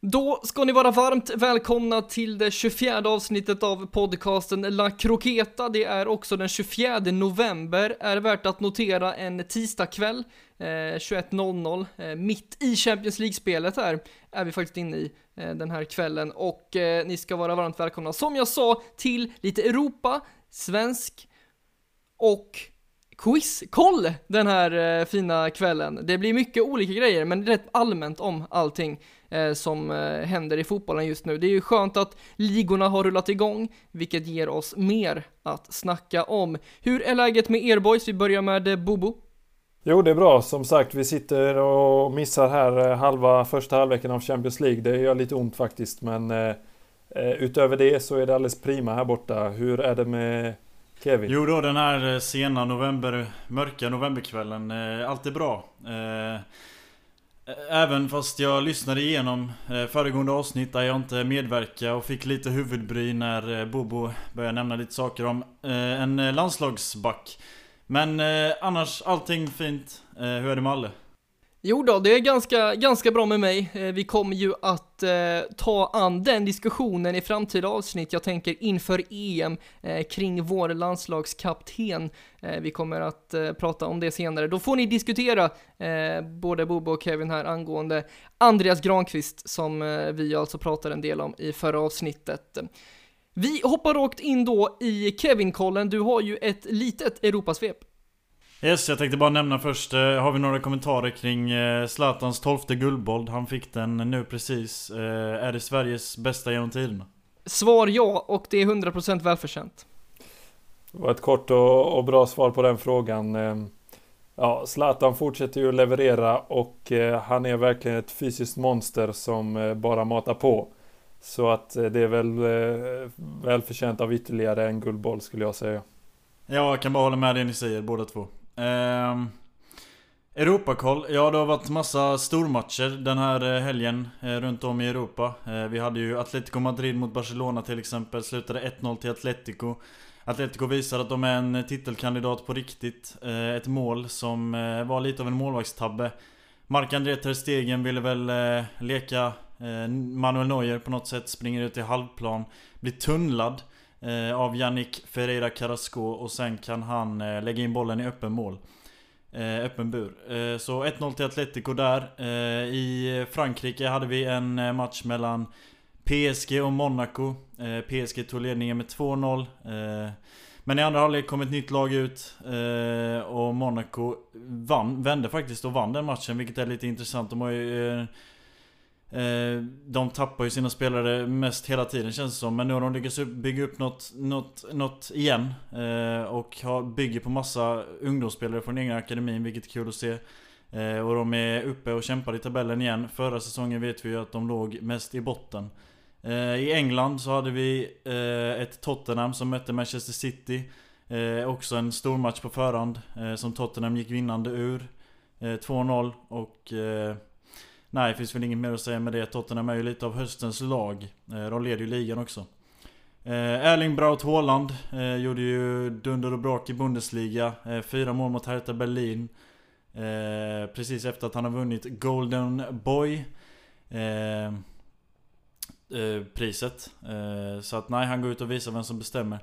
Då ska ni vara varmt välkomna till det 24 avsnittet av podcasten La Croqueta. Det är också den 24 november, är värt att notera, en tisdagkväll 21.00, mitt i Champions League-spelet här är vi faktiskt inne i den här kvällen. Och ni ska vara varmt välkomna, som jag sa, till lite Europa, svensk och quizkoll den här fina kvällen. Det blir mycket olika grejer, men rätt allmänt om allting som händer i fotbollen just nu. Det är ju skönt att ligorna har rullat igång, vilket ger oss mer att snacka om. Hur är läget med er boys? Vi börjar med Bobo. Jo, det är bra. Som sagt, vi sitter och missar här första halvleken av Champions League. Det gör lite ont faktiskt, men utöver det så är det alldeles prima här borta. Hur är det med Kevin? Jo då, den här sena mörka novemberkvällen, allt är bra. Även fast jag lyssnade igenom föregående avsnitt där jag inte medverkade och fick lite huvudbry när Bobo började nämna lite saker om en landslagsback. Men annars allting fint. Hur är det med alla? Jo då, det är ganska bra med mig. Vi kommer ju att ta an den diskussionen i framtida avsnitt. Jag tänker inför EM kring vår landslagskapten. Vi kommer att prata om det senare. Då får ni diskutera både Bobo och Kevin här angående Andreas Granqvist, som vi alltså pratade en del om i förra avsnittet. Vi hoppar rakt in då i Kevin-kollen. Du har ju ett litet Europasvep. Yes, jag tänkte bara nämna först, har vi några kommentarer kring Zlatans 12:e guldboll? Han fick den nu precis. Är det Sveriges bästa genom tiderna? Svar ja, och det är 100% välförtjänt. Det var ett kort och bra svar på den frågan. Ja, Zlatan fortsätter ju att leverera och han är verkligen ett fysiskt monster som bara matar på. Så att det är väl välförtjänt av ytterligare en guldboll, skulle jag säga. Ja, jag kan bara hålla med det ni säger, båda två. Europakoll, ja, det har varit massa stormatcher den här helgen runt om i Europa. Vi hade ju Atletico Madrid mot Barcelona till exempel, slutade 1-0 till Atletico. Atletico visar att de är en titelkandidat på riktigt. Ett mål som var lite av en målvaktstabbe. Marc-André ter Stegen ville väl leka Manuel Neuer på något sätt, springer ut i halvplan, blir tunnlad av Yannick Ferreira Carrasco, och sen kan han lägga in bollen i öppen bur. Så 1-0 till Atletico där. I Frankrike hade vi en match mellan PSG och Monaco. PSG tog ledningen med 2-0. Men i andra halvlek kom ett nytt lag ut och Monaco vände faktiskt och vann den matchen, vilket är lite intressant. De tappar ju sina spelare mest hela tiden, känns det som. Men nu har de lyckats bygga upp något igen och bygger på massa ungdomsspelare från egna akademin, vilket är kul att se. Och de är uppe och kämpar i tabellen igen. Förra säsongen vet vi ju att de låg mest i botten. I England så hade vi ett Tottenham som mötte Manchester City. Också en stor match på förhand som Tottenham gick vinnande ur 2-0 och... Nej, det finns väl inget mer att säga med det. Tottenham är ju lite av höstens lag. De leder ju ligan också. Erling Braut Haaland gjorde ju dunder och brak i Bundesliga. 4 mål mot Hertha Berlin. Precis efter att han har vunnit Golden Boy priset. Så att nej, han går ut och visar vem som bestämmer.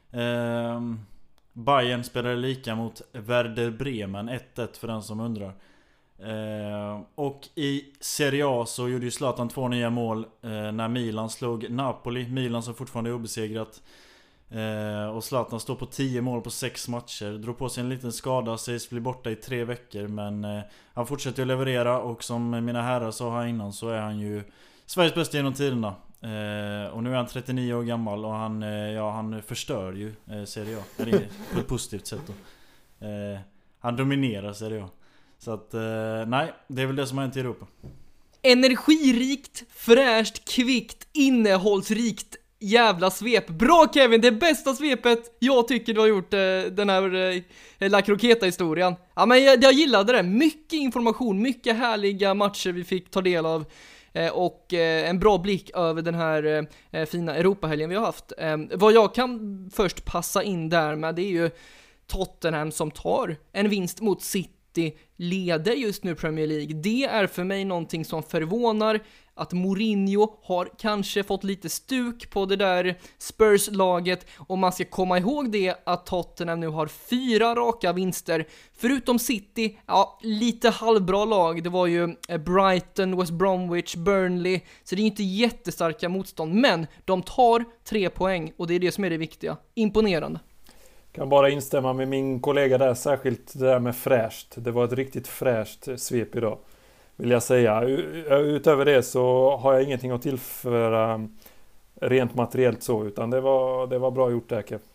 Bayern spelade lika mot Werder Bremen. 1-1 för den som undrar. Och i Serie A så gjorde ju Zlatan 2 nya mål när Milan slog Napoli. Milan som fortfarande är obesegrat. Och Zlatan står på 10 mål på 6 matcher. Drog på sig en liten skada, sägs bli borta i 3 veckor. Men han fortsätter att leverera. Och som mina herrar sa här innan så är han ju Sveriges bästa genom tiderna. Och nu är han 39 år gammal och han förstör ju Serie A. Eller på ett positivt sätt då. Han dominerar Serie A. Så att, nej, det är väl det som har hänt i Europa. Energirikt, fräscht, kvickt, innehållsrikt jävla svep. Bra Kevin, det bästa svepet jag tycker du har gjort den här La Croqueta-historien. Ja, men jag gillade det. Mycket information, mycket härliga matcher vi fick ta del av. Och en bra blick över den här fina Europahelgen vi har haft. Vad jag kan först passa in där med, det är ju Tottenham som tar en vinst mot City City leder just nu Premier League. Det är för mig någonting som förvånar, att Mourinho har kanske fått lite stuk på det där Spurs-laget, och man ska komma ihåg det att Tottenham nu har 4 raka vinster, förutom City, ja, lite halvbra lag, det var ju Brighton, West Bromwich, Burnley, så det är inte jättestarka motstånd, men de tar 3 poäng och det är det som är det viktiga. Imponerande. Kan bara instämma med min kollega där, särskilt det där med fräscht. Det var ett riktigt fräscht svep idag, vill jag säga. Utöver det så har jag ingenting att tillföra rent materiellt så, utan det var bra gjort där, Kev.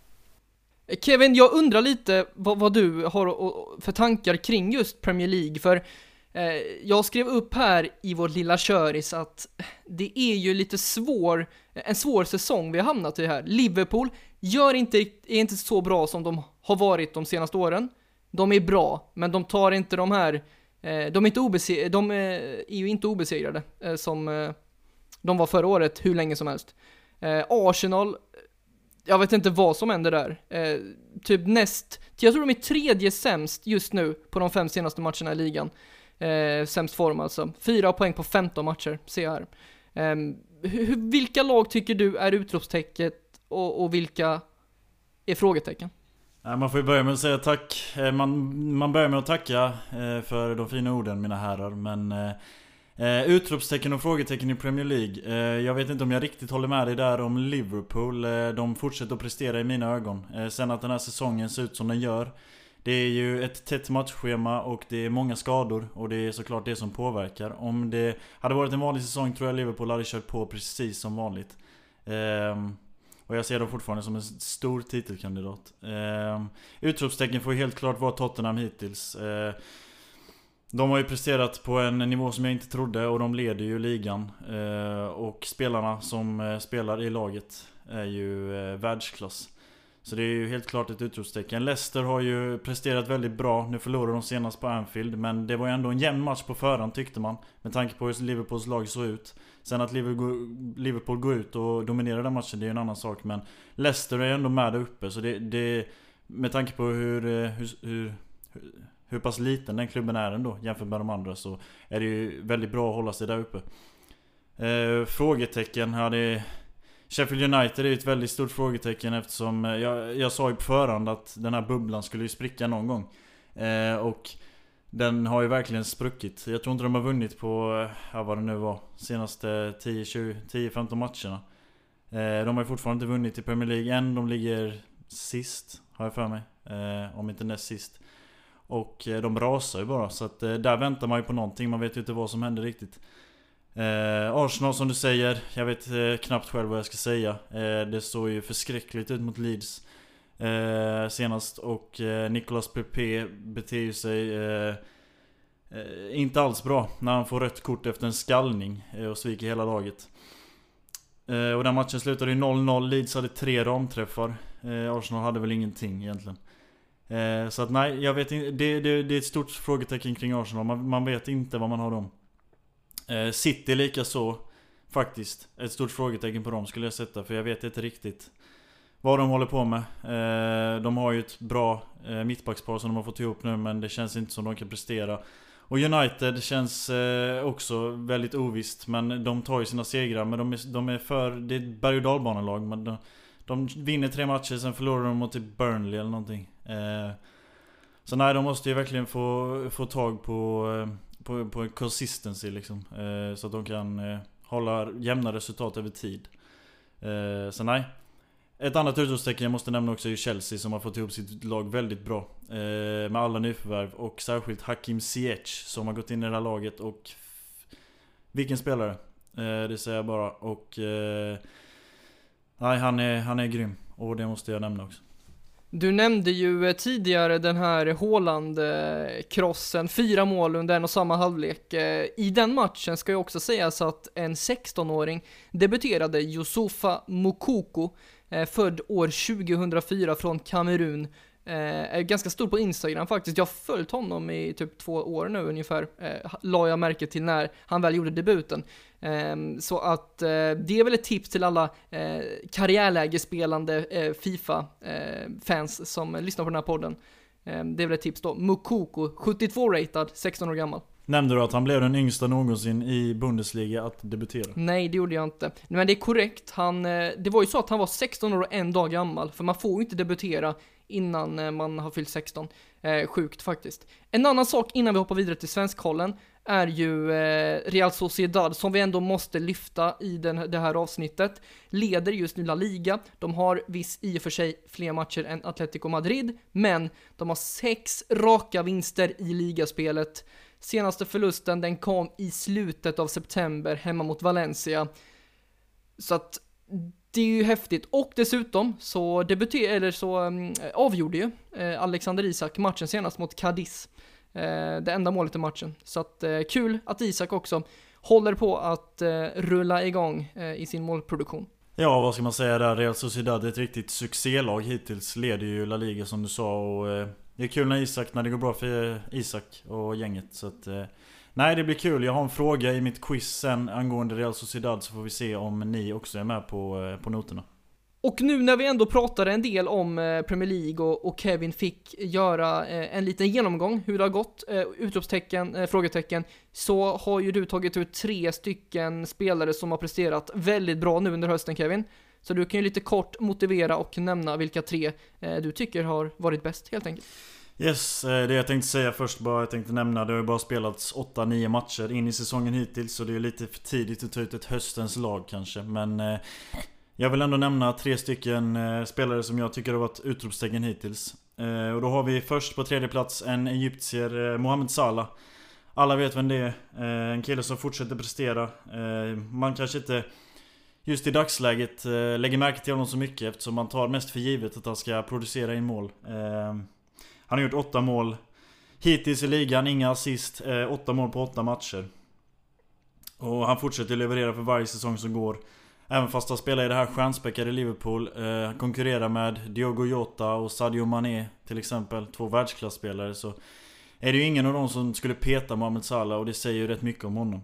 Kevin, jag undrar lite vad du har för tankar kring just Premier League, för jag skrev upp här i vårt lilla köris att det är ju lite en svår säsong vi har hamnat i här. Liverpool är inte så bra som de har varit de senaste åren. De är bra, men de tar inte de här, de är ju inte obesegrade som de var förra året hur länge som helst. Arsenal, jag vet inte vad som händer där. Jag tror de är 3:e sämst just nu på de 5 senaste matcherna i ligan. Sämst form alltså. 4 poäng på 15 matcher, ser jag här. Vilka lag tycker du är utropstecket och vilka är frågetecken? Man får ju börja med att säga tack. Man börjar med att tacka för de fina orden, mina herrar. Men utropstecken och frågetecken i Premier League. Jag vet inte om jag riktigt håller med dig där om Liverpool. De fortsätter att prestera i mina ögon. Sen att den här säsongen ser ut som den gör. Det är ju ett tätt matchschema och det är många skador. Och det är såklart det som påverkar. Om det hade varit en vanlig säsong tror jag Liverpool hade kört på precis som vanligt. Och jag ser dem fortfarande som en stor titelkandidat. Utropstecken får ju helt klart vara Tottenham hittills. De har ju presterat på en nivå som jag inte trodde och de leder ju ligan. Och spelarna som spelar i laget är ju världsklass. Så det är ju helt klart ett utropstecken. Leicester har ju presterat väldigt bra. Nu förlorade de senast på Anfield, men det var ju ändå en jämn match på förhand tyckte man, med tanke på hur Liverpools lag såg ut. Sen att Liverpool går ut och dominerar den matchen, det är ju en annan sak. Men Leicester är ändå med där uppe. Så det med tanke på hur pass liten den klubben är ändå jämfört med de andra, så är det ju väldigt bra att hålla sig där uppe. Frågetecken här, det Sheffield United är ett väldigt stort frågetecken, eftersom jag sa ju på förhand att den här bubblan skulle ju spricka någon gång. Och den har ju verkligen spruckit. Jag tror inte de har vunnit på vad det nu var, senaste 10-15 matcherna. De har ju fortfarande inte vunnit i Premier League än. De ligger sist, har jag för mig, om inte näst sist. Och de rasar ju bara. Så att där väntar man ju på någonting. Man vet ju inte vad som händer riktigt. Arsenal som du säger, jag vet knappt själv vad jag ska säga. Det såg ju förskräckligt ut mot Leeds senast. Och Nicolas Pepe beter ju sig inte alls bra när han får rött kort efter en skallning och sviker hela laget. Och den matchen slutade ju 0-0. Leeds hade 3 ramträffar. Arsenal hade väl ingenting egentligen. Så att nej, jag vet inte. Det är ett stort frågetecken kring Arsenal. Man vet inte vad man har dem. City lika så faktiskt. Ett stort frågetecken på dem skulle jag sätta. För jag vet inte riktigt vad de håller på med. De har ju ett bra mittbackspar som de har fått ihop nu, men det känns inte som de kan prestera. Och United känns också väldigt ovisst. Men de tar ju sina segrar. Men de är för, det är ett berg- och dalbanelag. Men de vinner 3 matcher, sen förlorar de mot typ Burnley eller någonting. Så nej, de måste ju verkligen få tag på consistency liksom, så att de kan hålla jämna resultat över tid. Så nej. Ett annat utropstecken jag måste nämna också är ju Chelsea, som har fått ihop sitt lag väldigt bra med alla nyförvärv, och särskilt Hakim Ziyech som har gått in i det här laget. Och vilken spelare, det säger jag bara. Och nej, han är grym, och det måste jag nämna också. Du nämnde ju tidigare den här Haaland-krossen, 4 mål under en och samma halvlek. I den matchen ska ju också sägas att en 16-åring debuterade, Youssoufa Moukoko, född år 2004 från Kamerun. Är ganska stor på Instagram faktiskt. Jag har följt honom i typ 2 år nu ungefär. La jag märke till när han väl gjorde debuten. Så att det är väl ett tips till alla karriärlägespelande FIFA-fans som lyssnar på den här podden. Det är väl ett tips då. Mukoko, 72 ratad, 16 år gammal. Nämnde du att han blev den yngsta någonsin i Bundesliga att debutera? Nej, det gjorde jag inte. Men det är korrekt. Det var ju så att han var 16 år och en dag gammal. För man får ju inte debutera innan man har fyllt 16. Sjukt faktiskt. En annan sak innan vi hoppar vidare till svenskkollen är ju Real Sociedad, som vi ändå måste lyfta i det här avsnittet. Leder just nu La Liga. De har viss i och för sig fler matcher än Atletico Madrid, men de har 6 raka vinster i ligaspelet. Senaste förlusten, den kom i slutet av september hemma mot Valencia. Så att det är ju häftigt. Och dessutom så avgjorde ju Alexander Isak matchen senast mot Cadiz. Det enda målet i matchen. Så att kul att Isak också håller på att rulla igång i sin målproduktion. Ja, vad ska man säga där? Real Sociedad är ett riktigt succélag hittills. Leder ju La Liga som du sa. Och det är kul när det går bra för Isak och gänget. Så att, nej, det blir kul. Jag har en fråga i mitt quiz sen angående Real Sociedad, så får vi se om ni också är med på noterna. Och nu när vi ändå pratade en del om Premier League och Kevin fick göra en liten genomgång hur det har gått, utropstecken, frågetecken, så har ju du tagit ut 3 stycken spelare som har presterat väldigt bra nu under hösten, Kevin. Så du kan ju lite kort motivera och nämna vilka 3 du tycker har varit bäst helt enkelt. Yes, det jag tänkte säga först jag tänkte nämna, det har ju bara spelats 8-9 matcher in i säsongen hittills, så det är lite för tidigt att ta ut ett höstens lag kanske, men jag vill ändå nämna 3 stycken spelare som jag tycker har varit utropstecken hittills. Och då har vi först på 3:e plats en egyptier, Mohamed Salah. Alla vet vem det är, en kille som fortsätter prestera. Man kanske inte just i dagsläget lägger märke till honom så mycket, eftersom man tar mest för givet att han ska producera in mål. Han har gjort 8 mål hittills i ligan, inga assist, 8 mål på 8 matcher. Och han fortsätter leverera för varje säsong som går. Även fast han spelar i det här stjärnspäckade Liverpool, konkurrerar med Diogo Jota och Sadio Mané till exempel, 2 världsklasspelare, så är det ju ingen av dem som skulle peta Mohamed Salah, och det säger ju rätt mycket om honom.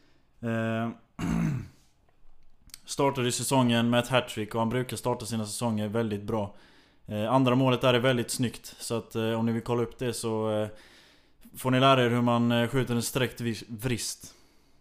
Startade säsongen med ett hattrick, och han brukar starta sina säsonger väldigt bra. Andra målet där är väldigt snyggt, så att om ni vill kolla upp det så får ni lära er hur man skjuter en sträckt vrist.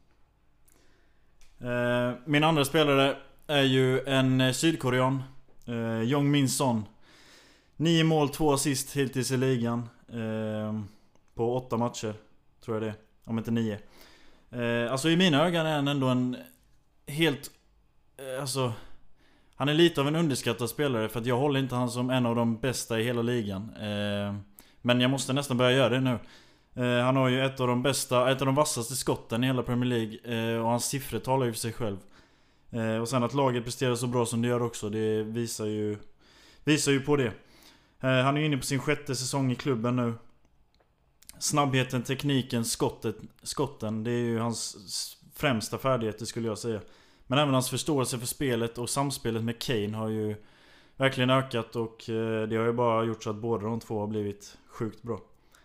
Min andra spelare är ju en sydkorean, Jong-Min Son. 9 mål, 2 assist hittills i ligan, på 8 matcher, tror jag det, om inte 9. Alltså i mina ögon är han ändå en helt, alltså han är lite av en underskattad spelare, för att jag håller inte han som en av de bästa i hela ligan. Men jag måste nästan börja göra det nu. Han har ju ett av de vassaste skotten i hela Premier League, och hans siffror talar ju för sig själv. Och sen att laget presterar så bra som det gör också, det visar ju på det. Han är inne på sin 6:e säsong i klubben nu. Snabbheten, tekniken, skotten, det är ju hans främsta färdigheter, skulle jag säga. Men även hans förståelse för spelet och samspelet med Kane har ju verkligen ökat, och det har ju bara gjort så att båda de två har blivit sjukt bra.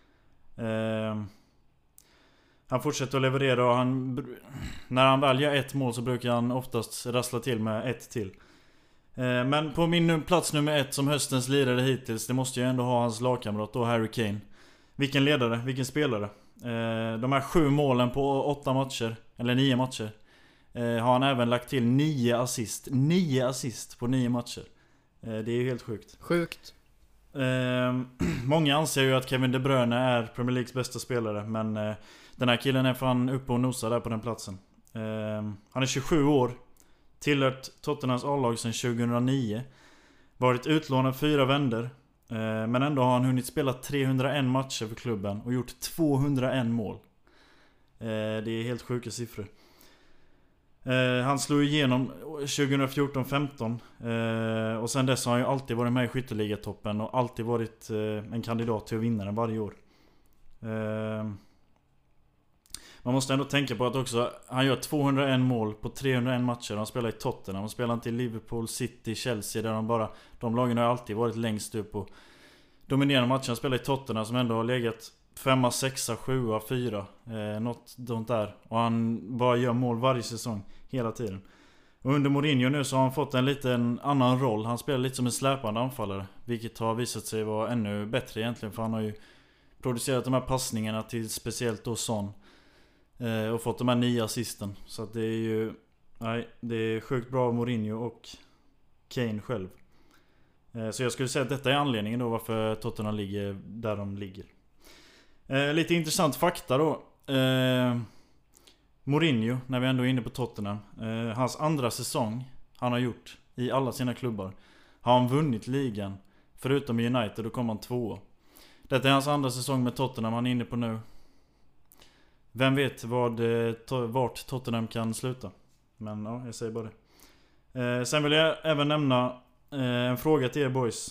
Han fortsätter att leverera, och när han väl gör 1 mål så brukar han oftast rassla till med 1 till. Men på min plats nummer 1 som höstens lirare hittills, det måste jag ändå ha hans lagkamrat då, Harry Kane. Vilken ledare, vilken spelare. De här 7 målen på 8 matcher, eller 9 matcher, har han även lagt till 9 assist. 9 assist på 9 matcher. Det är ju helt sjukt. Sjukt. Många anser ju att Kevin De Bruyne är Premier Leagues bästa spelare, men den här killen är fan uppe och nosar där på den platsen. Han är 27 år, tillhört Tottenhams A-lag sedan 2009, varit utlånad 4 vänder, men ändå har han hunnit spela 301 matcher för klubben och gjort 201 mål. Det är helt sjuka siffror. Han slog igenom 2014-15, och sen dess har han ju alltid varit med i skytteligatoppen och alltid varit en kandidat till att vinna den varje år. Man måste ändå tänka på att också han gör 201 mål på 301 matcher. Han spelar i Tottenham, han spelar inte i Liverpool, City, Chelsea, där de lagen har alltid varit längst upp och dominerar matchen. Han spelar i Tottenham som ändå har legat 5, 6, 7, 4, något sånt där. Och han bara gör mål varje säsong, hela tiden. Och under Mourinho nu så har han fått en liten annan roll. Han spelar lite som en släpande anfallare, vilket har visat sig vara ännu bättre egentligen, för han har ju producerat de här passningarna till speciellt då Son, och fått de här 9 assisten. Så att det är ju, nej, det är sjukt bra av Mourinho och Kane själv. Så jag skulle säga att detta är anledningen då varför Tottenham ligger där de ligger. Lite intressant fakta då. Mourinho, när vi ändå är inne på Tottenham, hans andra säsong han har gjort i alla sina klubbar, har han vunnit ligan. Förutom United, då kom han 2. Detta är hans andra säsong med Tottenham han är inne på nu. Vem vet vart Tottenham kan sluta. Men ja, jag säger bara det. Sen vill jag även nämna en fråga till er boys.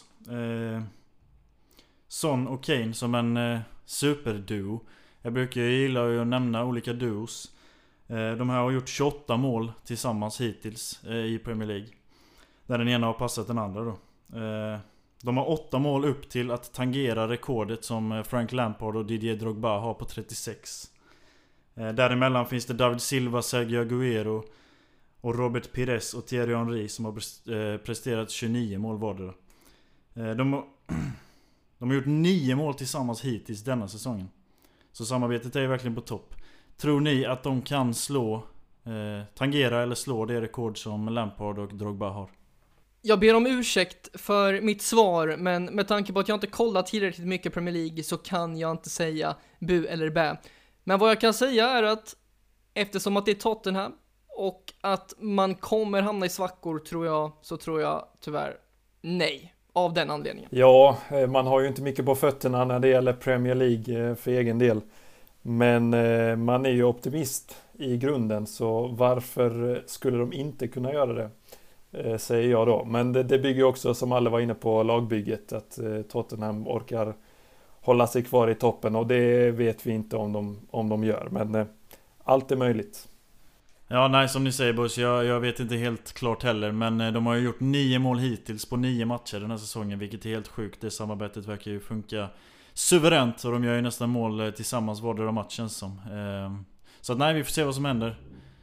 Son och Kane som en superduo. Jag brukar gilla att nämna olika duos. De här har gjort 28 mål tillsammans hittills i Premier League. Där den ena har passat den andra då. De har 8 mål upp till att tangera rekordet som Frank Lampard och Didier Drogba har på 36. Däremellan finns det David Silva, Sergio Aguero och Robert Pires och Thierry Henry som har presterat 29 mål vardera. De har gjort 9 mål tillsammans hittills denna säsongen. Så samarbetet är ju verkligen på topp. Tror ni att de kan tangera eller slå det rekord som Lampard och Drogba har? Jag ber om ursäkt för mitt svar, men med tanke på att jag inte kollat tillräckligt mycket Premier League så kan jag inte säga bu eller bä. Men vad jag kan säga är att eftersom att det är Tottenham och att man kommer hamna i svackor tror jag tyvärr nej av den anledningen. Ja, man har ju inte mycket på fötterna när det gäller Premier League för egen del. Men man är ju optimist i grunden, så varför skulle de inte kunna göra det? Säger jag då. Men det bygger också, som alla var inne på, lagbygget. Att Tottenham orkar hålla sig kvar i toppen. Och det vet vi inte om de gör. Men allt är möjligt. Ja, nej, som ni säger boys, jag vet inte helt klart heller. Men de har ju gjort 9 mål hittills på 9 matcher den här säsongen. Vilket är helt sjukt. Det samarbetet verkar ju funka suveränt. Och de gör ju nästan mål tillsammans vardera matchen som. Så att nej, vi får se vad som händer.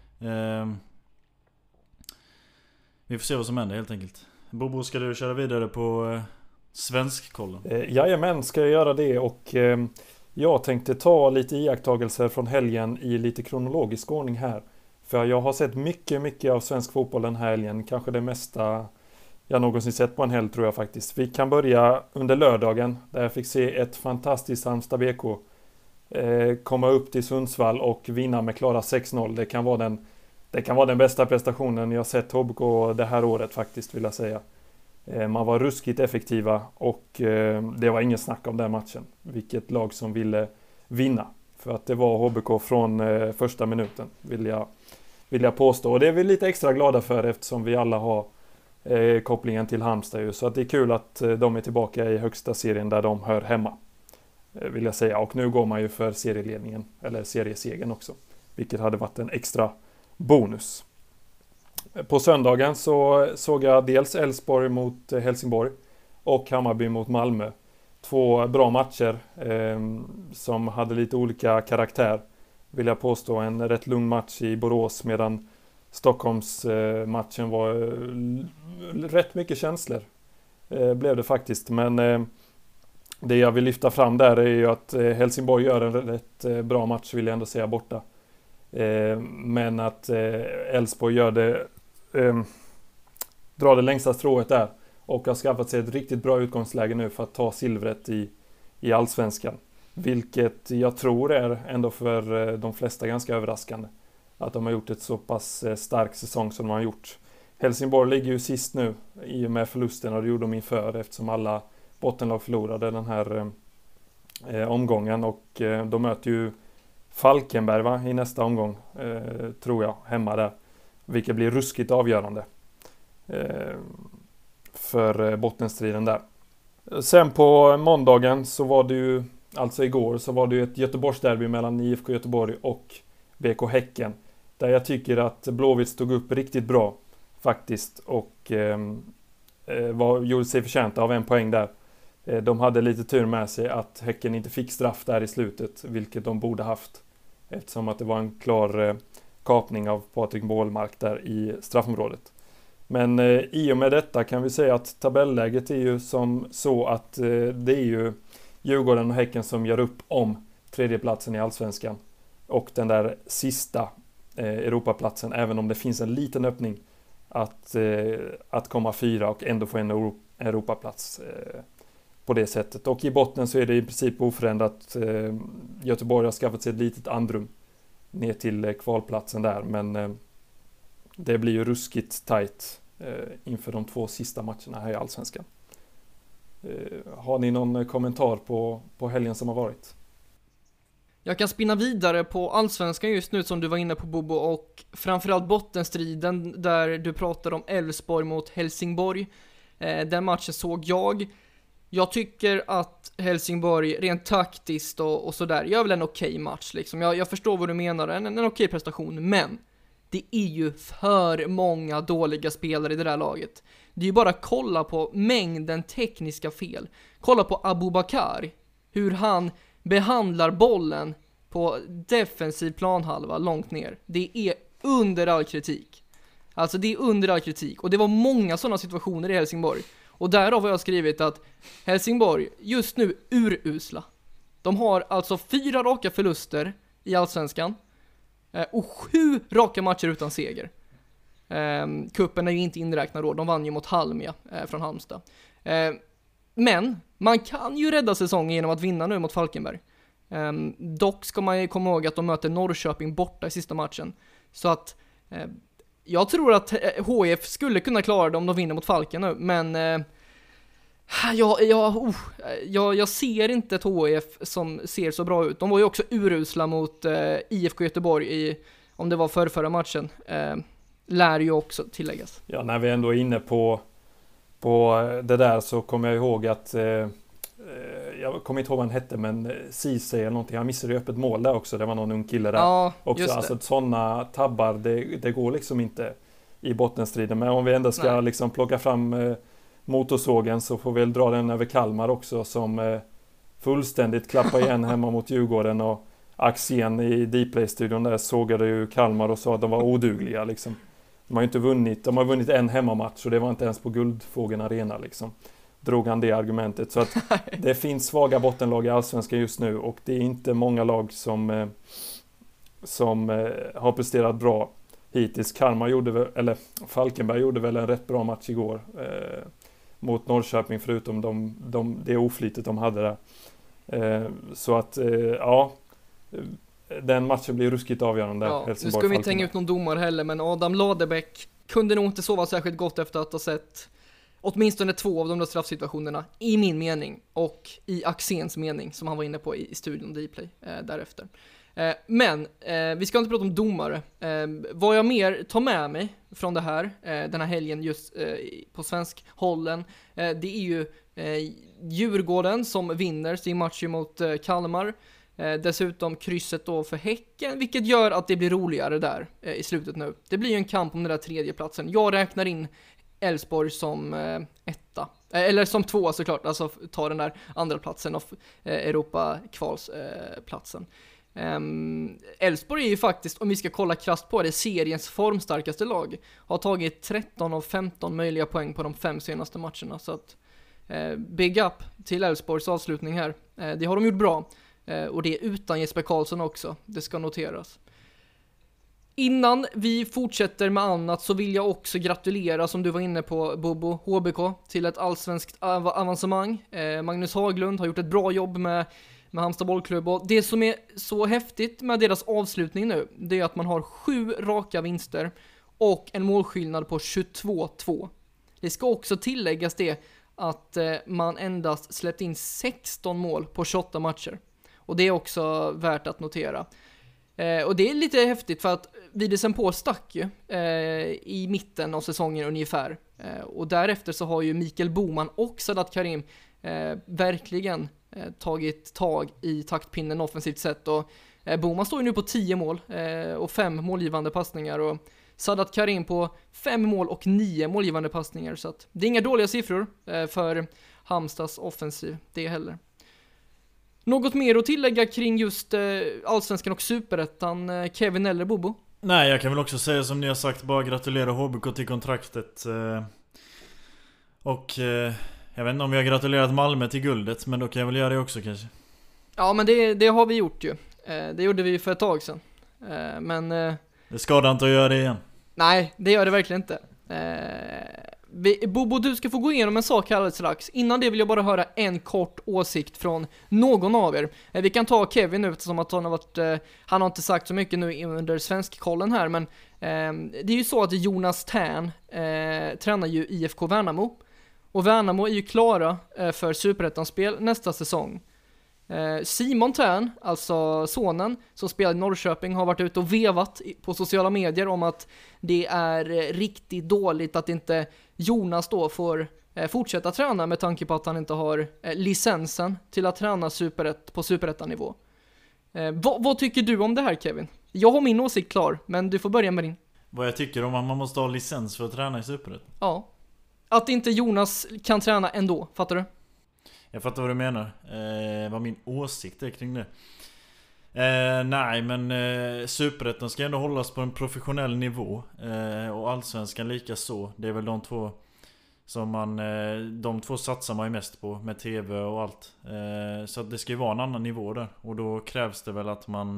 Vi får se vad som händer helt enkelt. Bobo, ska du köra vidare på svenskkollen? Jajamän, ska jag göra det. Och jag tänkte ta lite iakttagelser från helgen i lite kronologisk ordning här. För jag har sett mycket av svensk fotboll den här helgen. Kanske det mesta jag någonsin sett på en helg, tror jag faktiskt. Vi kan börja under lördagen där jag fick se ett fantastiskt Halmstad BK komma upp till Sundsvall och vinna med klara 6-0. Det kan vara den bästa prestationen jag sett HBK det här året faktiskt, vill jag säga. Man var ruskigt effektiva och det var ingen snack om den matchen. Vilket lag som ville vinna. För att det var HBK från första minuten, vill jag påstå. Och det är vi lite extra glada för eftersom vi alla har kopplingen till Halmstad. Så att det är kul att de är tillbaka i högsta serien där de hör hemma, vill jag säga. Och nu går man ju för serieledningen, eller seriesegen också. Vilket hade varit en extra bonus. På söndagen så såg jag dels Elfsborg mot Helsingborg och Hammarby mot Malmö. 2 bra matcher som hade lite olika karaktär, vill jag påstå. En rätt lugn match i Borås, medan Stockholms matchen var rätt mycket känslor. Blev det faktiskt. Men det jag vill lyfta fram där är ju att Helsingborg gör en rätt bra match, vill jag ändå säga, borta. Men att Elfsborg drar det längsta strået där och har skaffat sig ett riktigt bra utgångsläge nu för att ta silvret i Allsvenskan. Vilket jag tror är ändå för de flesta ganska överraskande. Att de har gjort ett så pass stark säsong som de har gjort. Helsingborg ligger ju sist nu i och med förlusten, och det gjorde de inför eftersom alla bottenlag förlorade den här omgången. Och de möter ju Falkenberg i nästa omgång, tror jag, hemma där. Vilket blir ruskigt avgörande för bottenstriden där. Sen på måndagen så var det ju, alltså igår, så var det ju ett Göteborgsderby mellan IFK Göteborg och BK Häcken. Där jag tycker att Blåvitt stod upp riktigt bra faktiskt och gjorde sig förtjänta av en poäng där. De hade lite tur med sig att Häcken inte fick straff där i slutet, vilket de borde haft. Eftersom att det var en klar kapning av Patrik Målmark där i straffområdet. Men i och med detta kan vi säga att tabelläget är ju som så att det är ju Djurgården och Häcken som gör upp om tredjeplatsen i Allsvenskan och den där sista Europaplatsen, även om det finns en liten öppning att komma 4 och ändå få en Europaplats på det sättet. Och i botten så är det i princip oförändrat. Göteborg har skaffat sig ett litet andrum ner till kvalplatsen där, men det blir ju ruskigt tajt inför de 2 sista matcherna här i Allsvenskan. Har ni någon kommentar på helgen som har varit? Jag kan spinna vidare på Allsvenskan just nu som du var inne på, Bobo, och framförallt bottenstriden där du pratade om Elfsborg mot Helsingborg. Den matchen såg jag. Jag tycker att Helsingborg rent taktiskt och sådär gör väl en okej match liksom. Jag förstår vad du menar, en okej prestation, men det är ju för många dåliga spelare i det där laget. Det är ju bara att kolla på mängden tekniska fel. Kolla på Abubakar, hur han behandlar bollen på defensiv planhalva långt ner. Det är under all kritik. Alltså det är under all kritik. Och det var många sådana situationer i Helsingborg. Och därav har jag skrivit att Helsingborg just nu urusla. De har alltså 4 raka förluster i Allsvenskan. Och 7 raka matcher utan seger. Kuppen är ju inte inräknad då. De vann ju mot Halmia från Halmstad. Men man kan ju rädda säsongen genom att vinna nu mot Falkenberg. Dock ska man ju komma ihåg att de möter Norrköping borta i sista matchen. Så att jag tror att HF skulle kunna klara det om de vinner mot Falken nu. Men jag ser inte ett HF som ser så bra ut. De var ju också urusla mot IFK Göteborg om det var förra matchen. Lär ju också tilläggas. Ja, när vi ändå är inne på det där så kommer jag ihåg att jag kommer inte ihåg vad han hette, men Ceesay eller någonting, han missade ju öppet mål där också. Det var någon ung kille där. Ja, också. Alltså sådana tabbar, det går liksom inte i bottenstriden. Men om vi ändå ska liksom plocka fram motorsågen så får vi väl dra den över Kalmar också, som fullständigt klappar igen hemma mot Djurgården, och Axén i Dplay-studion där sågade ju Kalmar och sa att de var odugliga liksom. De har vunnit en hemmamatch och det var inte ens på Guldfågeln Arena liksom. Drog han det argumentet. Så att det finns svaga bottenlag i Allsvenskan just nu, och det är inte många lag som har presterat bra hittills. Falkenberg gjorde väl en rätt bra match igår mot Norrköping, förutom det oflytet de hade där. Så att den matchen blir ruskigt avgörande. Ja, nu ska vi inte hänga ut någon domare heller, men Adam Ladebäck kunde nog inte sova särskilt gott efter att ha sett åtminstone 2 av de där straffsituationerna, i min mening och i Axéns mening, som han var inne på i studion Dplay därefter. Men vi ska inte prata om domare. Vad jag mer tar med mig från det här, den här helgen just på svensk hållen, det är ju Djurgården som vinner sin match mot Kalmar. Dessutom krysset då för Häcken, vilket gör att det blir roligare där i slutet nu. Det blir ju en kamp om den där 3:e platsen. Jag räknar in Elfsborg som 1:a. Eller som 2:a såklart, alltså ta den där andra platsen av Europa-kvalsplatsen. Elfsborg är ju faktiskt, om vi ska kolla krasst på det, seriens formstarkaste lag. Har tagit 13 av 15 möjliga poäng på de 5 senaste matcherna. Så att big up till Elfsborgs avslutning här. Det har de gjort bra. Och det är utan Jesper Karlsson också, det ska noteras. Innan vi fortsätter med annat så vill jag också gratulera, som du var inne på Bobo, HBK till ett allsvenskt avancemang. Magnus Haglund har gjort ett bra jobb med Halmstad bollklubb, och det som är så häftigt med deras avslutning nu, det är att man har 7 raka vinster och en målskillnad på 22-2. Det ska också tilläggas det att man endast släppt in 16 mål på 28 matcher. Och det är också värt att notera. Och det är lite häftigt för att Widesen på stack ju i mitten av säsongen ungefär. Och därefter så har ju Mikael Boman och Sadat Karim verkligen tagit tag i taktpinnen offensivt sett. Och Boman står ju nu på 10 mål och 5 målgivande passningar. Och Sadat Karim på 5 mål och 9 målgivande passningar. Så att det är inga dåliga siffror för Halmstads offensiv det heller. Något mer att tillägga kring just Allsvenskan och Superettan, Kevin eller Bobo? Nej, jag kan väl också säga som ni har sagt, bara gratulera HBK till kontraktet. Och jag vet inte om vi har gratulerat Malmö till guldet, men då kan jag väl göra det också kanske. Ja, men det har vi gjort ju. Det gjorde vi för ett tag sedan. Men det skadar inte att göra det igen. nej, det gör det verkligen inte. Bobo, du ska få gå igenom en sak här alldeles strax. Innan det vill jag bara höra en kort åsikt från någon av er. Vi kan ta Kevin ut som att han har inte sagt så mycket nu under svenskkollen här, men det är ju så att Jonas Tern tränar ju IFK Värnamo. Och Värnamo är ju klara för Superettan-spel nästa säsong. Simon Tern, alltså sonen som spelar i Norrköping, har varit ute och vevat på sociala medier om att det är riktigt dåligt att inte Jonas då får fortsätta träna med tanke på att han inte har licensen till att träna på Superettan-nivå. Vad tycker du om det här, Kevin? Jag har min åsikt klar, men du får börja med din. Vad jag tycker om att man måste ha licens för att träna i Superettan? Ja. Att inte Jonas kan träna ändå, fattar du? Jag fattar vad du menar. Vad min åsikt är kring det. Nej, men Superettan ska ändå hållas på en professionell nivå. Och Allsvenskan lika så. Det är väl de två som de två satsar man ju mest på med TV och allt. Så att det ska ju vara en annan nivå där. Och då krävs det väl att man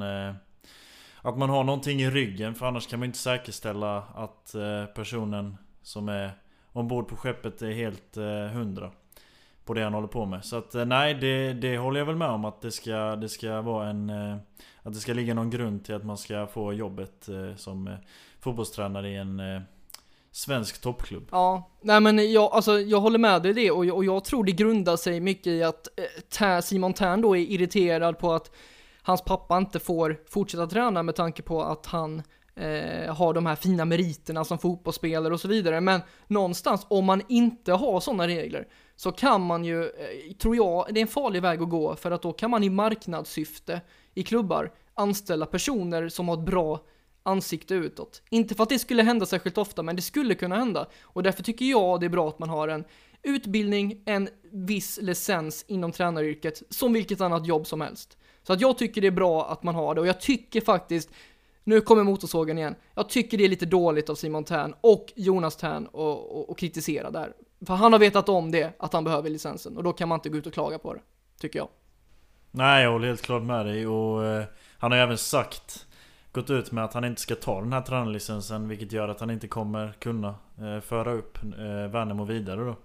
har någonting i ryggen. För annars kan man inte säkerställa att personen som är ombord på skeppet är helt 100 på det han håller på med. Så att nej, det håller jag väl med om, att det ska vara att det ska ligga någon grund till att man ska få jobbet som fotbollstränare i en svensk toppklubb. Ja, nej men jag håller med dig i det, och jag tror det grundar sig mycket i att Simon Tern då är irriterad på att hans pappa inte får fortsätta träna med tanke på att han har de här fina meriterna som fotbollsspelare och så vidare. Men någonstans, om man inte har sådana regler, så kan man ju, tror jag, det är en farlig väg att gå, för att då kan man i marknadssyfte i klubbar anställa personer som har ett bra ansikte utåt. Inte för att det skulle hända särskilt ofta, men det skulle kunna hända. Och därför tycker jag det är bra att man har en utbildning, en viss licens inom tränaryrket, som vilket annat jobb som helst. Så att jag tycker det är bra att man har det, och jag tycker faktiskt, nu kommer motorsågen igen, jag tycker det är lite dåligt av Simon Tern och Jonas Tern och kritisera där. För han har vetat om det, att han behöver licensen, och då kan man inte gå ut och klaga på det, tycker jag. Nej, jag håller helt klart med dig, och han har även gått ut med att han inte ska ta den här tränarlicensen, vilket gör att han inte kommer kunna föra upp Värnamo vidare då.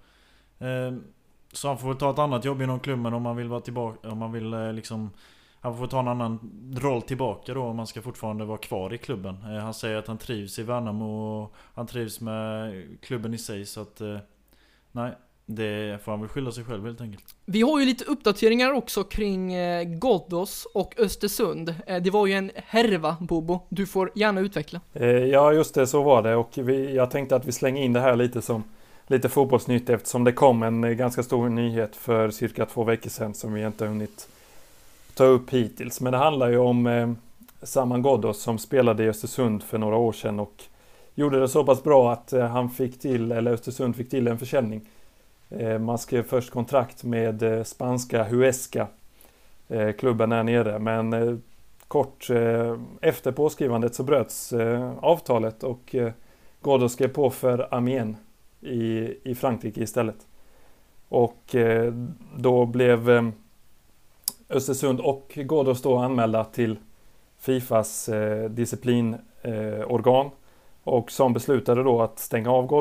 Så han får väl ta ett annat jobb inom klubben om man vill vara tillbaka, om man vill han får ta en annan roll tillbaka då om man ska fortfarande vara kvar i klubben. Han säger att han trivs i Värnamo och han trivs med klubben i sig, så att nej, det får han väl skylla sig själv helt enkelt. Vi har ju lite uppdateringar också kring Ghoddos och Östersund. Det var ju en härva, Bobo. Du får gärna utveckla. Ja, just det, så var det. Och jag tänkte att vi slänger in det här lite som lite fotbollsnytt, eftersom det kom en ganska stor nyhet för cirka 2 veckor sedan som vi inte hunnit ta upp hittills. Men det handlar ju om Saman Ghoddos som spelade i Östersund för några år sedan och gjorde det så pass bra att Östersund fick till en försäljning. Man skrev först kontrakt med spanska Huesca, klubben där nere, men kort efter påskrivandet så bröts avtalet och Ghoddos skrev på för Amiens i Frankrike istället. Och då blev Östersund och Ghoddos då anmälda till Fifas disciplinorgan, och som beslutade då att stänga av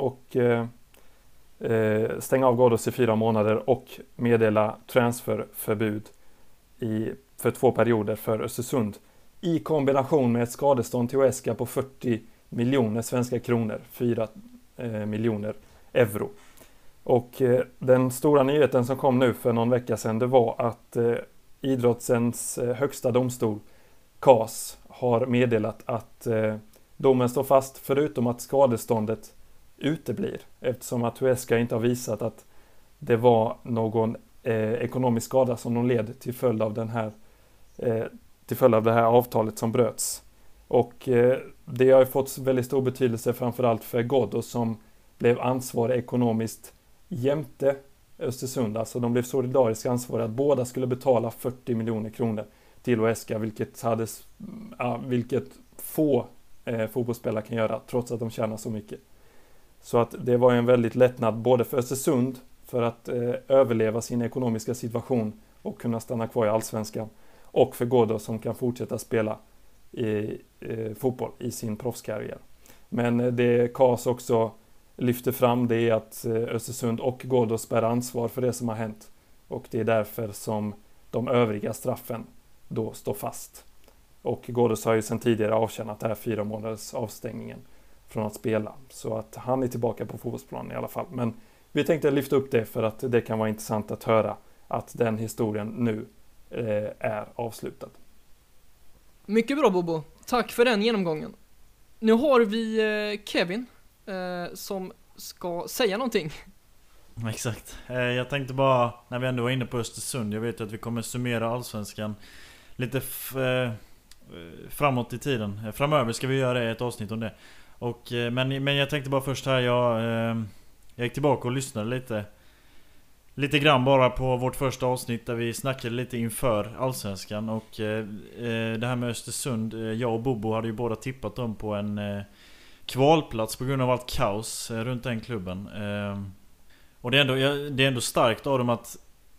Ghoddos i 4 månader och meddela transferförbud för 2 perioder för Östersund, i kombination med ett skadestånd till Huesca på 40 miljoner svenska kronor, 4 miljoner euro. Och den stora nyheten som kom nu för någon vecka sedan, det var att idrottens högsta domstol, CAS, har meddelat att domen står fast, förutom att skadeståndet uteblir, eftersom att Huesca inte har visat att det var någon ekonomisk skada som de led till följd av det här avtalet som bröts. Och det har ju fått väldigt stor betydelse framförallt för Ghoddos, som blev ansvarig ekonomiskt jämte Östersund. Alltså de blev solidariskt ansvariga att båda skulle betala 40 miljoner kronor till Huesca, vilket få fotbollsspelare kan göra trots att de tjänar så mycket. Så att det var en väldigt lättnad både för Östersund för att överleva sin ekonomiska situation och kunna stanna kvar i Allsvenskan, och för Ghoddos som kan fortsätta spela i fotboll i sin proffskarriär. Men det KAS också lyfter fram, det är att Östersund och Ghoddos bär ansvar för det som har hänt, och det är därför som de övriga straffen då står fast. Och Ghoddos har ju sedan tidigare avtjänat det här 4 månaders avstängningen från att spela, så att han är tillbaka på fotbollsplanen i alla fall. Men vi tänkte lyfta upp det för att det kan vara intressant att höra att den historien nu är avslutad. Mycket bra, Bobo. Tack för den genomgången. Nu har vi Kevin som ska säga någonting. Exakt. Jag tänkte bara, när vi ändå var inne på Östersund, jag vet att vi kommer summera Allsvenskan lite framåt i tiden. Framöver ska vi göra ett avsnitt om det. Men jag tänkte bara först här, jag gick tillbaka och lyssnade lite grann bara på vårt första avsnitt där vi snackade lite inför Allsvenskan. Och det här med Östersund, jag och Bobo hade ju båda tippat dem på en kvalplats på grund av allt kaos runt den klubben. Och det är ändå starkt av dem att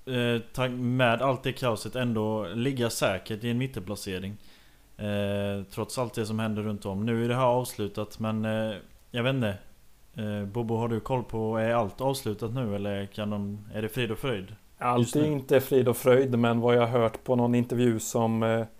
med allt det kaoset ändå ligga säkert i en mittenplacering. Trots allt det som händer runt om. Nu är det här avslutat, men jag vet inte. Bobo, har du koll på, är allt avslutat nu eller är det frid och fröjd? Allt är inte frid och fröjd, men vad jag har hört på någon intervju som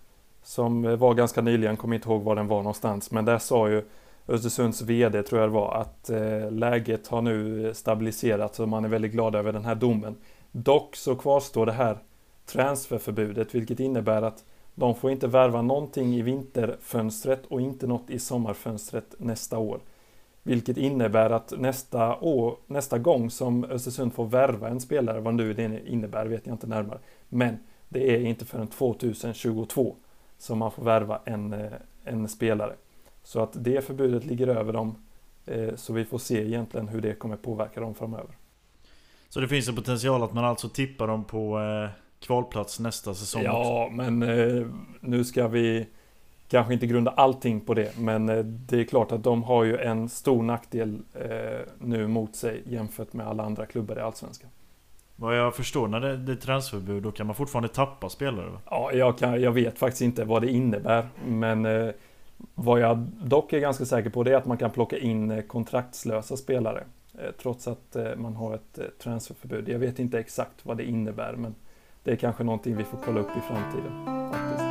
var ganska nyligen, kommer inte ihåg var den var någonstans, men där sa ju Östersunds vd, tror jag det var, att läget har nu stabiliserats och man är väldigt glad över den här domen. Dock så kvarstår det här transferförbudet, vilket innebär att de får inte värva någonting i vinterfönstret och inte något i sommarfönstret nästa år. Vilket innebär att nästa gång som Östersund får värva en spelare, vad nu det innebär vet jag inte närmare, men det är inte förrän 2022 som man får värva en spelare. Så att det förbudet ligger över dem, så vi får se egentligen hur det kommer påverka dem framöver. Så det finns en potential att man alltså tippar dem på kvalplats nästa säsong? Ja, också. Men nu ska vi kanske inte grunda allting på det, men det är klart att de har ju en stor nackdel nu mot sig jämfört med alla andra klubbar i Allsvenskan. Vad jag förstår, när det är transferförbud, då kan man fortfarande tappa spelare, va? Ja, jag vet faktiskt inte vad det innebär, men vad jag dock är ganska säker på det är att man kan plocka in kontraktslösa spelare trots att man har ett transferförbud. Jag vet inte exakt vad det innebär, men det är kanske någonting vi får kolla upp i framtiden faktiskt.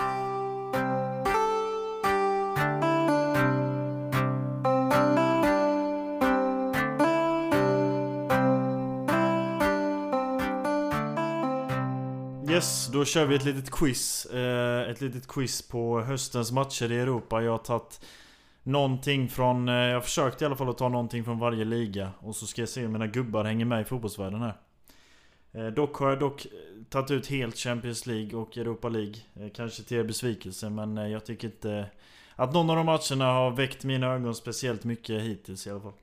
Yes, då kör vi ett litet quiz. Ett litet quiz på höstens matcher i Europa. Jag har tagit någonting från... jag försökte i alla fall att ta någonting från varje liga. Och så ska jag se om mina gubbar hänger med i fotbollsvärlden här. Dock har jag tagit ut helt Champions League och Europa League. Kanske till er besvikelse, men jag tycker inte att någon av de matcherna har väckt mina ögon speciellt mycket hittills i alla fall.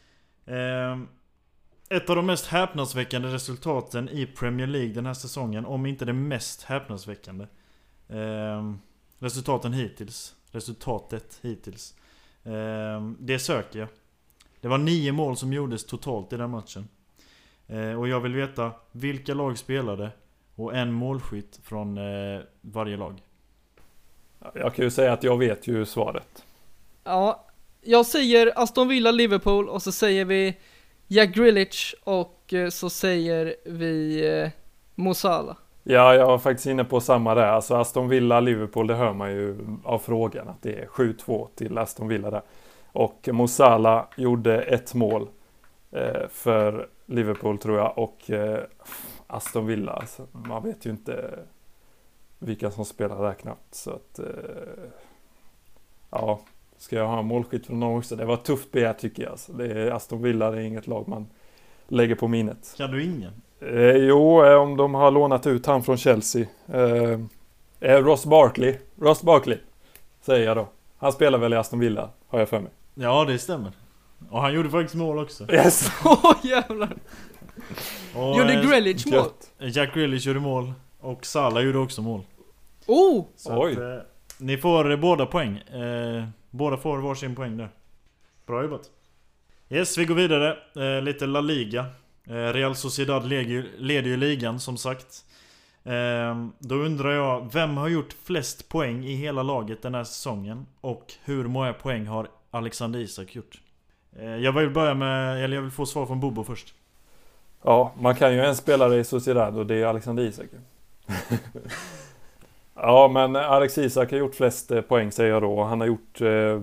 Ett av de mest häpnadsväckande resultaten i Premier League den här säsongen, om inte det mest häpnadsväckande. Resultatet hittills. Det söker jag. Det var 9 mål som gjordes totalt i den matchen. Och jag vill veta vilka lag spelade och en målskytt från varje lag. Jag kan ju säga att jag vet ju svaret. Ja, jag säger Aston Villa, Liverpool, och så säger vi Jack Grealish, och så säger vi Mo Salah. Ja, jag var faktiskt inne på samma där. Alltså Aston Villa, Liverpool, det hör man ju av frågan att det är 7-2 till Aston Villa där. Och Mo Salah gjorde 1 mål för Liverpool, tror jag, och Aston Villa, alltså, man vet ju inte vilka som spelar där knappt, så att ja, ska jag ha en målskytt från någon också? Det var ett tufft begär, tycker jag, alltså. Det är Aston Villa, det är inget lag man lägger på minnet. Kan du ingen? Jo, om de har lånat ut han från Chelsea. Ross Barkley säger jag då. Han spelar väl i Aston Villa, har jag för mig. Ja, det stämmer. Och han gjorde faktiskt mål också. Yes. Jävlar. Gjorde Grealish mål? Jack Grealish gjorde mål. Och Salah gjorde också mål. Oh! Så att, ni får båda poäng. Båda får varsin poäng där. Bra jobbat. Yes, vi går vidare. Lite La Liga. Real Sociedad leder ju ligan som sagt. Då undrar jag, vem har gjort flest poäng i hela laget den här säsongen? Och hur många poäng har Alexander Isak gjort? Jag vill få svar från Bobo först. Ja, man kan ju en spelare i Sociedad och det är Alexander Isak. Ja, men Alex Isak har gjort flest poäng säger jag då. Han har gjort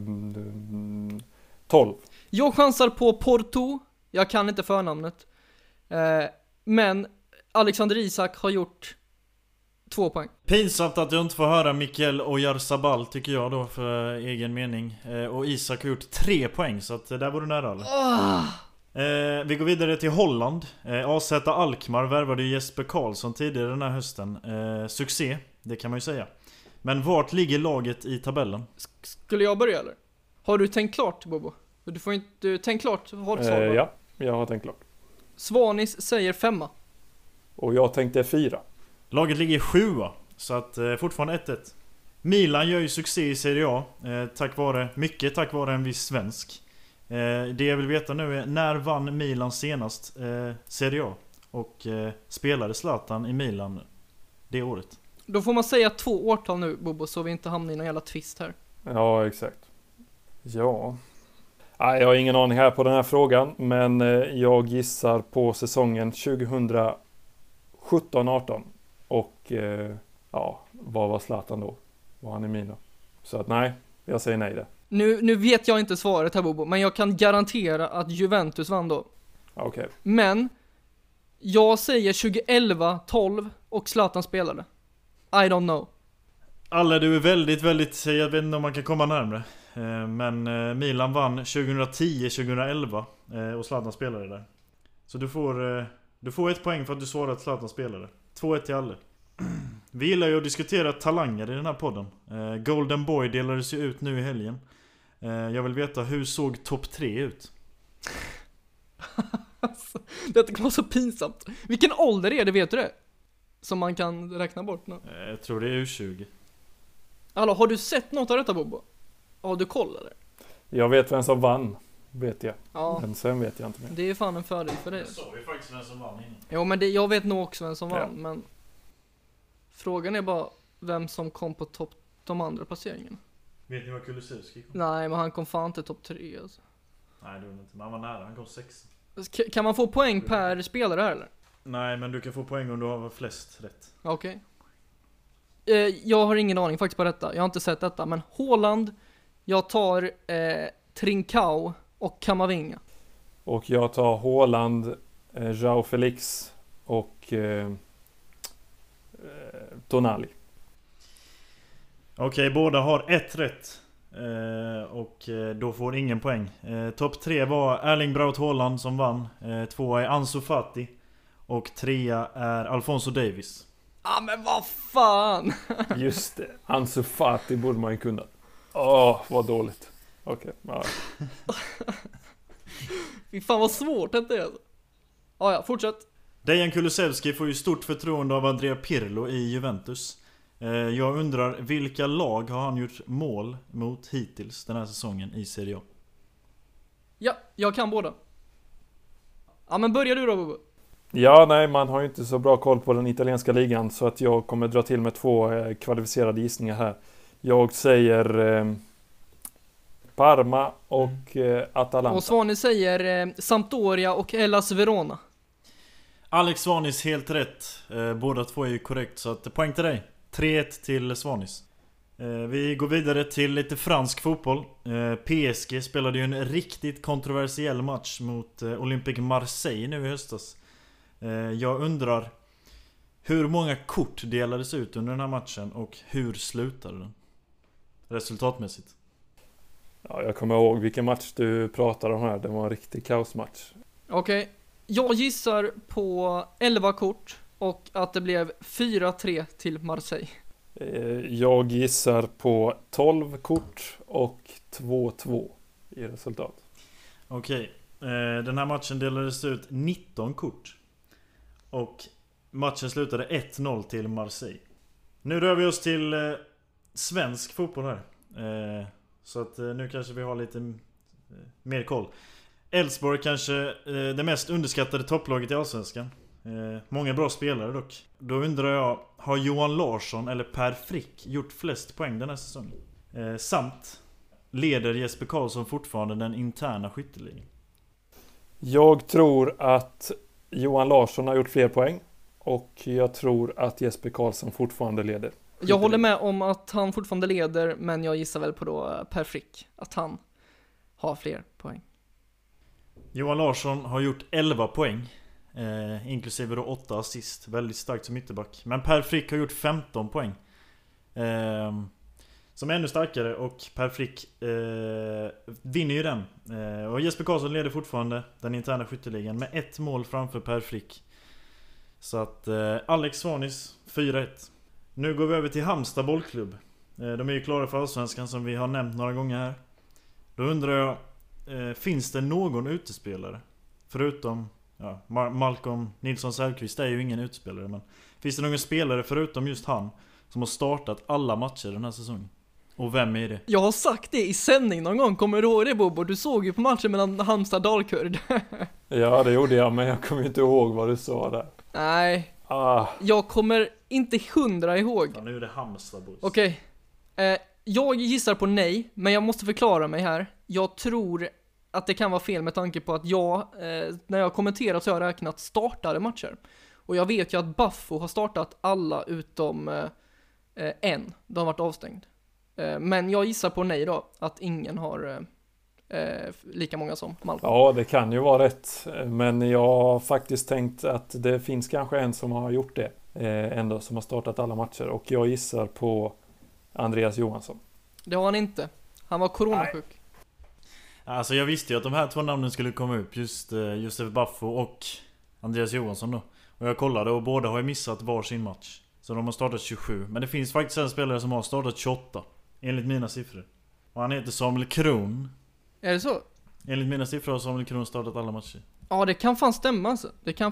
12. Jag chansar på Porto. Jag kan inte förnamnet. Men Alexander Isak har gjort 2 poäng. Pinsamt att du inte får höra Mikael Oyarzabal tycker jag då för egen mening. Och Isak har gjort 3 poäng så att där var du nära eller? Vi går vidare till Holland. AZ Alkmaar värvade ju Jesper Karlsson tidigare den här hösten. Succé, det kan man ju säga. Men vart ligger laget i tabellen? Skulle jag börja eller? Har du tänkt klart, Bobo? Du får inte tänkt klart. Har du svar? Ja, jag har tänkt klart. Svanis säger 5. Och jag tänkte 4. Laget ligger 7, så att fortfarande 1-1. Milan gör ju succé i Serie A mycket tack vare en viss svensk. Det jag vill veta nu är, när vann Milan senast Serie A? Och spelade Zlatan i Milan det året? Då får man säga 2 årtal nu, Bobo, så vi inte hamnar i någon jävla twist här. Ja, exakt. Ja. Nej, jag har ingen aning här på den här frågan, men jag gissar på säsongen 2017-18. Och vad var Zlatan då? Var han i Milan? Så att nej, jag säger nej där. Nu vet jag inte svaret här, Bobo, men jag kan garantera att Juventus vann då. Okej. Men jag säger 2011-12 och Zlatan spelade. I don't know. Alla, du är väldigt, jag vet inte om man kan komma närmare. Men Milan vann 2010-2011 och Zlatan spelade där. Så du får 1 poäng för att du svarade att Zlatan spelade. 2-1 till alla. Vi gillar ju att diskutera talanger i den här podden. Golden Boy delades ju ut nu i helgen. Jag vill veta, hur såg topp 3 ut? Alltså, detta kan vara så pinsamt. Vilken ålder är det, vet du det? Som man kan räkna bort nu. Jag tror det är U20. Hallå, har du sett något av detta, Bobo? Har du kollat det? Jag vet vem som vann, vet jag. Ja. Men sen vet jag inte mer. Det är fan en fördel för dig. Jag sa ju faktiskt vem som vann innan. Jo, men jag vet nog också vem som vann, Ja. men frågan är bara vem som kom på de andra placeringarna. Vet ni vad Kulusevski kom? Nej, men han kom fan till topp 3 alltså. Nej, det var inte. Men han var nära, han kom 6. Kan man få poäng per spelare här eller? Nej, men du kan få poäng om du har flest rätt. Okej. Jag har ingen aning faktiskt på detta. Jag har inte sett detta, men Haaland, jag tar Trincao och Kamavinga. Och jag tar Haaland, João Felix och Tonali. Okej, båda har 1 rätt. Och då får ingen poäng. Topp 3 var Erling Braut Haaland som vann. 2 är Ansu Fati. Och 3 är Alphonso Davies. Men vad fan! Just det, Ansu Fati borde man ju kunna. Vad dåligt. Okej. Ja. Fy fan vad svårt detta är alltså. Ja, fortsätt. Dejan Kulusevski får ju stort förtroende av Andrea Pirlo i Juventus. Jag undrar, vilka lag har han gjort mål mot hittills den här säsongen i Serie A? Ja, jag kan båda. Ja, men börjar du då, Bobo? Ja, nej, man har ju inte så bra koll på den italienska ligan, så att jag kommer dra till med 2 kvalificerade gissningar här. Jag säger Parma och Atalanta. Och Svani säger Sampdoria och Hellas Verona. Alex Svanis helt rätt. Båda 2 är ju korrekt, så att poäng till dig. 3-1 till Svanis. Vi går vidare till lite fransk fotboll. PSG spelade ju en riktigt kontroversiell match mot Olympique Marseille nu i höstas. Jag undrar, hur många kort delades ut under den här matchen och hur slutade den? Resultatmässigt. Ja, jag kommer ihåg vilken match du pratade om här. Det var en riktig kaosmatch. Okej. Jag gissar på 11 kort och att det blev 4-3 till Marseille. Jag gissar på 12 kort och 2-2 i resultat. Okej. Den här matchen delades ut 19 kort. Och matchen slutade 1-0 till Marseille. Nu rör vi oss till svensk fotboll här. Så att nu kanske vi har lite mer koll. Elfsborg kanske det mest underskattade topplaget i Allsvenskan. Många bra spelare dock. Då undrar jag, har Johan Larsson eller Per Frick gjort flest poäng den här säsongen? Samt leder Jesper Karlsson fortfarande den interna skytteligan? Jag tror att Johan Larsson har gjort fler poäng. Och jag tror att Jesper Karlsson fortfarande leder. Jag håller med om att han fortfarande leder, men jag gissar väl på då Per Frick, att han har fler poäng. Johan Larsson har gjort 11 poäng, inklusive då 8 assist. Väldigt starkt som ytterback. Men Per Frick har gjort 15 poäng, som är ännu starkare. Och Per Frick vinner ju den. Och Jesper Karlsson leder fortfarande den interna skytteligan med 1 mål framför Per Frick. Så att Alex Svanis 4-1. Nu går vi över till Halmstad bollklubb. De är ju klara för Allsvenskan, som vi har nämnt några gånger här. Då undrar jag, finns det någon utespelare? Förutom Malcolm Nilsson Sällqvist är ju ingen utespelare, men finns det någon spelare förutom just han som har startat alla matcher den här säsongen? Och vem är det? Jag har sagt det i sändning någon gång, kommer du ihåg det, Bobo? Du såg ju på matchen mellan Halmstad och Dalkurd. Ja, det gjorde jag, men jag kommer inte ihåg vad du sa där. Nej, jag kommer inte 100 ihåg. Ja, nu är det Halmstad, boys. Okej. Jag gissar på nej, men jag måste förklara mig här. Jag tror att det kan vara fel med tanke på att jag, när jag kommenterat så har jag räknat startade matcher. Och jag vet ju att Buffo har startat alla utom en. De har varit avstängd. Men jag gissar på nej då, att ingen har lika många som Malmö. Ja, det kan ju vara rätt. Men jag har faktiskt tänkt att det finns kanske en som har gjort det ändå, som har startat alla matcher. Och jag gissar på Andreas Johansson. Det har han inte. Han var coronasjuk. Nej. Alltså jag visste ju att de här två namnen skulle komma upp. Just Josef Buffo och Andreas Johansson då. Och jag kollade och båda har ju missat varsin match. Så de har startat 27. Men det finns faktiskt en spelare som har startat 28. Enligt mina siffror. Och han heter Samuel Kron. Är det så? Enligt mina siffror har Samuel Kron startat alla matcher. Ja, det kan fan stämma alltså.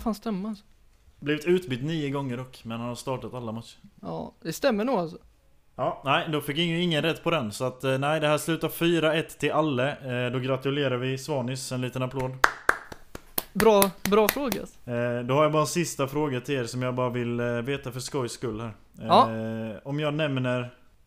Blivit utbytt 9 gånger dock, men han har startat alla matcher. Ja, det stämmer nog alltså. Ja, nej, då fick ingen rätt på den. Så att nej, det här slutar 4-1 till alla. Då gratulerar vi Svanis, en liten applåd. Bra fråga. Då har jag bara en sista fråga till er som jag bara vill veta för skojs skull här. Ja. Om jag nämner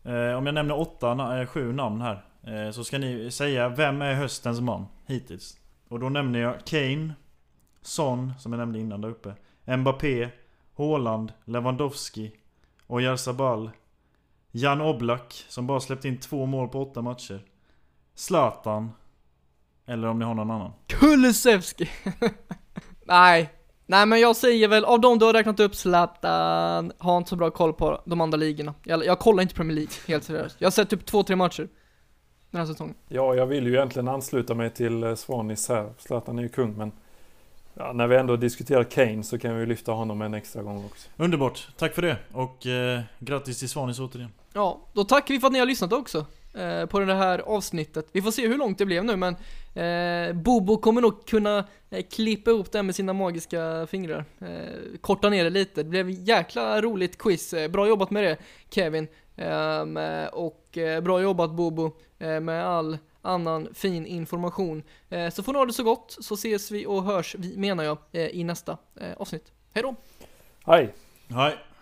7 namn här, så ska ni säga vem är höstens man hittills. Och då nämner jag Kane, Son, som jag nämnde innan där uppe, Mbappé, Haaland, Lewandowski, Oyarzabal, Jan Oblak, som bara släppt in 2 mål på 8 matcher, Zlatan, eller om ni har någon annan. Kulusevski. Nej, men jag säger väl, av dem du har räknat upp, Zlatan, har inte så bra koll på de andra ligorna. Jag kollar inte Premier League, helt seriöst. Jag har sett typ 2-3 matcher den här säsongen. Ja, jag vill ju egentligen ansluta mig till Svanis här. Zlatan är ju kung, men ja, när vi ändå diskuterar Kane så kan vi lyfta honom en extra gång också. Underbart, tack för det. Och grattis till Svanis återigen. Ja, då tackar vi för att ni har lyssnat också på det här avsnittet. Vi får se hur långt det blev nu, men Bobo kommer nog kunna klippa ihop det med sina magiska fingrar. Korta ner det lite. Det blev jäkla roligt quiz. Bra jobbat med det, Kevin. Och bra jobbat, Bobo, med all annan fin information. Så får ni ha det så gott, så ses vi och hörs vi, menar jag, i nästa avsnitt. Hej då! Hej! Hej!